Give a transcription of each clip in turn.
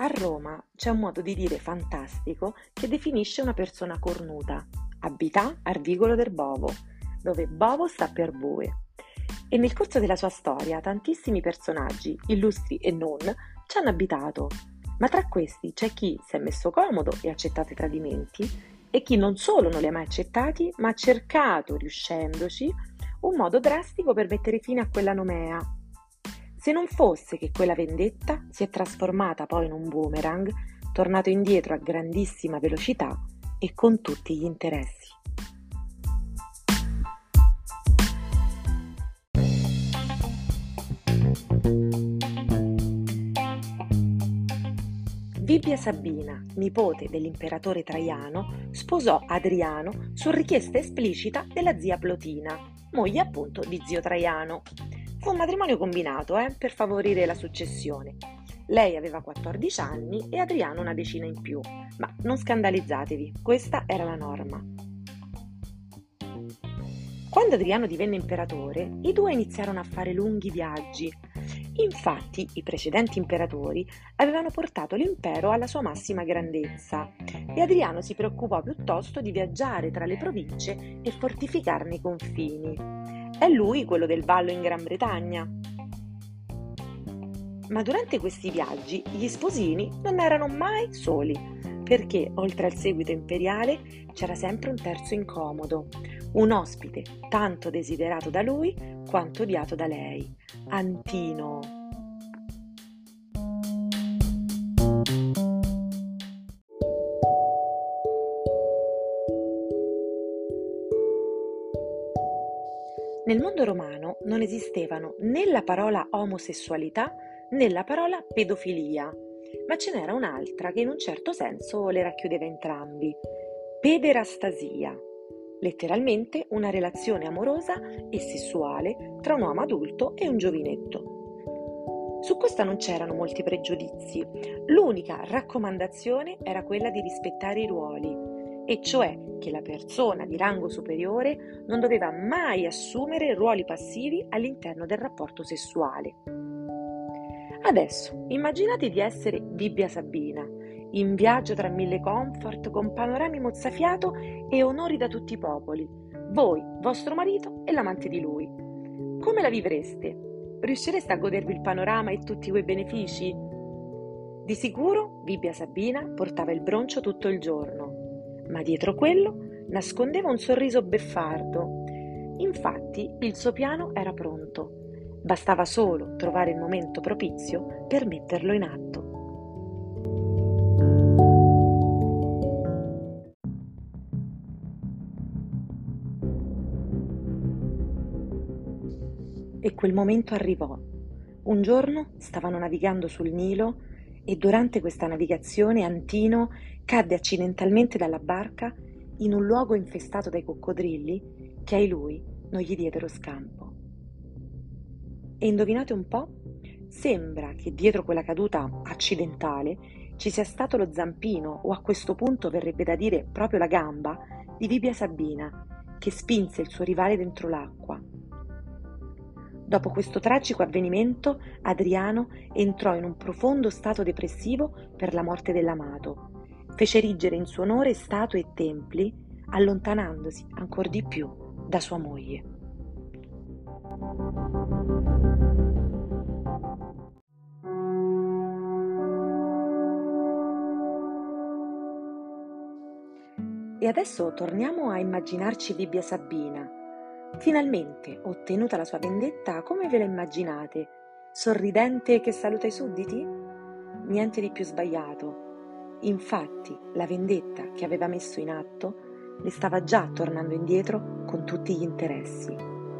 A Roma c'è un modo di dire fantastico che definisce una persona cornuta: abità ar vicolo del Bovo, dove Bovo sta per bue. E nel corso della sua storia tantissimi personaggi, illustri e non, ci hanno abitato, ma tra questi c'è chi si è messo comodo e ha accettato i tradimenti e chi non solo non li ha mai accettati, ma ha cercato, riuscendoci, un modo drastico per mettere fine a quella nomea. Se non fosse che quella vendetta si è trasformata poi in un boomerang, tornato indietro a grandissima velocità e con tutti gli interessi. Vibia Sabina, nipote dell'imperatore Traiano, sposò Adriano su richiesta esplicita della zia Plotina, moglie appunto di zio Traiano. Fu un matrimonio combinato, per favorire la successione. Lei aveva 14 anni e Adriano una decina in più, ma non scandalizzatevi, questa era la norma. Quando Adriano divenne imperatore, i due iniziarono a fare lunghi viaggi. Infatti, i precedenti imperatori avevano portato l'impero alla sua massima grandezza e Adriano si preoccupò piuttosto di viaggiare tra le province e fortificarne i confini. È lui quello del Vallo in Gran Bretagna. Ma durante questi viaggi gli sposini non erano mai soli, perché oltre al seguito imperiale c'era sempre un terzo incomodo, un ospite tanto desiderato da lui quanto odiato da lei, Antino. Nel mondo romano non esistevano né la parola omosessualità né la parola pedofilia, ma ce n'era un'altra che in un certo senso le racchiudeva entrambi: pederastasia, letteralmente una relazione amorosa e sessuale tra un uomo adulto e un giovinetto. Su questa non c'erano molti pregiudizi, l'unica raccomandazione era quella di rispettare i ruoli, e cioè che la persona di rango superiore non doveva mai assumere ruoli passivi all'interno del rapporto sessuale. Adesso immaginate di essere Bibbia Sabina, in viaggio tra mille comfort, con panorami mozzafiato e onori da tutti i popoli, voi, vostro marito e l'amante di lui. Come la vivreste? Riuscireste a godervi il panorama e tutti quei benefici? Di sicuro Bibbia Sabina portava il broncio tutto il giorno, ma dietro quello nascondeva un sorriso beffardo. Infatti il suo piano era pronto. Bastava solo trovare il momento propizio per metterlo in atto. E quel momento arrivò. Un giorno stavano navigando sul Nilo e durante questa navigazione Antino cadde accidentalmente dalla barca in un luogo infestato dai coccodrilli che ai lui non gli diedero scampo. E indovinate un po'? Sembra che dietro quella caduta accidentale ci sia stato lo zampino, o a questo punto verrebbe da dire proprio la gamba, di Bibbia Sabina, che spinse il suo rivale dentro l'acqua. Dopo questo tragico avvenimento, Adriano entrò in un profondo stato depressivo per la morte dell'amato. Fece erigere in suo onore statue e templi, allontanandosi ancor di più da sua moglie. E adesso torniamo a immaginarci Bibbia Sabina. Finalmente, ottenuta la sua vendetta, come ve la immaginate? Sorridente che saluta i sudditi? Niente di più sbagliato. Infatti, la vendetta che aveva messo in atto le stava già tornando indietro con tutti gli interessi.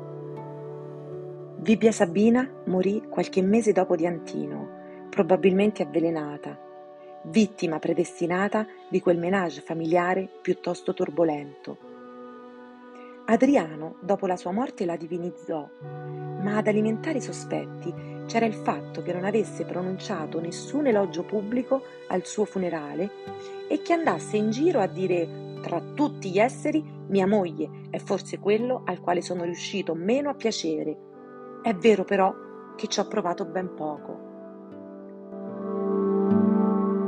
Bibbia Sabina morì qualche mese dopo di Antino, probabilmente avvelenata, vittima predestinata di quel ménage familiare piuttosto turbolento. Adriano, dopo la sua morte, la divinizzò, ma ad alimentare i sospetti c'era il fatto che non avesse pronunciato nessun elogio pubblico al suo funerale e che andasse in giro a dire: tra tutti gli esseri, mia moglie è forse quello al quale sono riuscito meno a piacere. È vero però che ci ho provato ben poco.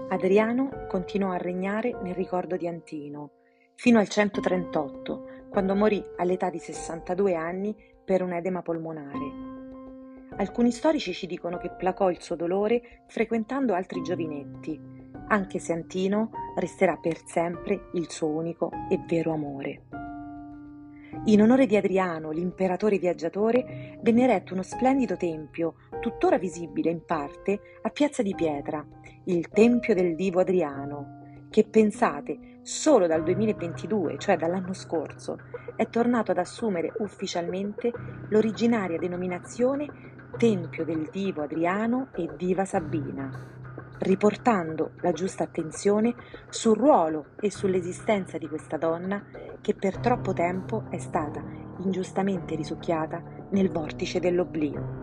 Adriano continuò a regnare nel ricordo di Antino fino al 138, quando morì all'età di 62 anni per un edema polmonare. Alcuni storici ci dicono che placò il suo dolore frequentando altri giovinetti, anche se Antino resterà per sempre il suo unico e vero amore. In onore di Adriano, l'imperatore viaggiatore, venne eretto uno splendido tempio, tuttora visibile in parte a Piazza di Pietra, il Tempio del Divo Adriano, che pensate, solo dal 2022, cioè dall'anno scorso, è tornato ad assumere ufficialmente l'originaria denominazione Tempio del Divo Adriano e Diva Sabina, riportando la giusta attenzione sul ruolo e sull'esistenza di questa donna che per troppo tempo è stata ingiustamente risucchiata nel vortice dell'oblio.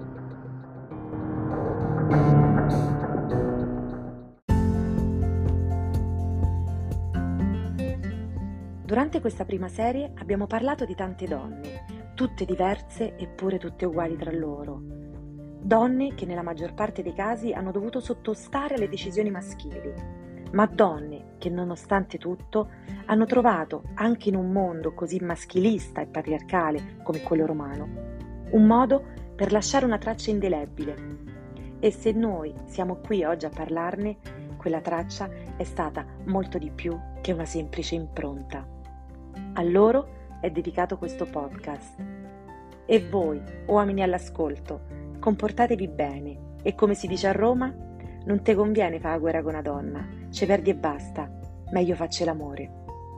Durante questa prima serie abbiamo parlato di tante donne, tutte diverse eppure tutte uguali tra loro. Donne che nella maggior parte dei casi hanno dovuto sottostare alle decisioni maschili, ma donne che nonostante tutto hanno trovato, anche in un mondo così maschilista e patriarcale come quello romano, un modo per lasciare una traccia indelebile. E se noi siamo qui oggi a parlarne, quella traccia è stata molto di più che una semplice impronta. A loro è dedicato questo podcast. E voi, uomini all'ascolto, comportatevi bene e, come si dice a Roma, non te conviene fare la guerra con una donna, ci perdi e basta, meglio facci l'amore.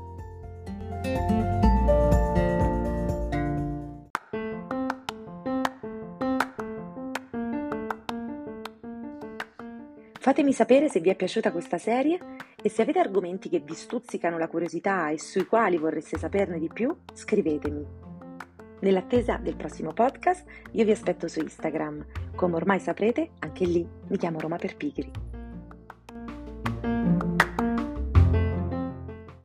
Fatemi sapere se vi è piaciuta questa serie e se avete argomenti che vi stuzzicano la curiosità e sui quali vorreste saperne di più, scrivetemi. Nell'attesa del prossimo podcast, io vi aspetto su Instagram. Come ormai saprete, anche lì mi chiamo Roma per Pigri.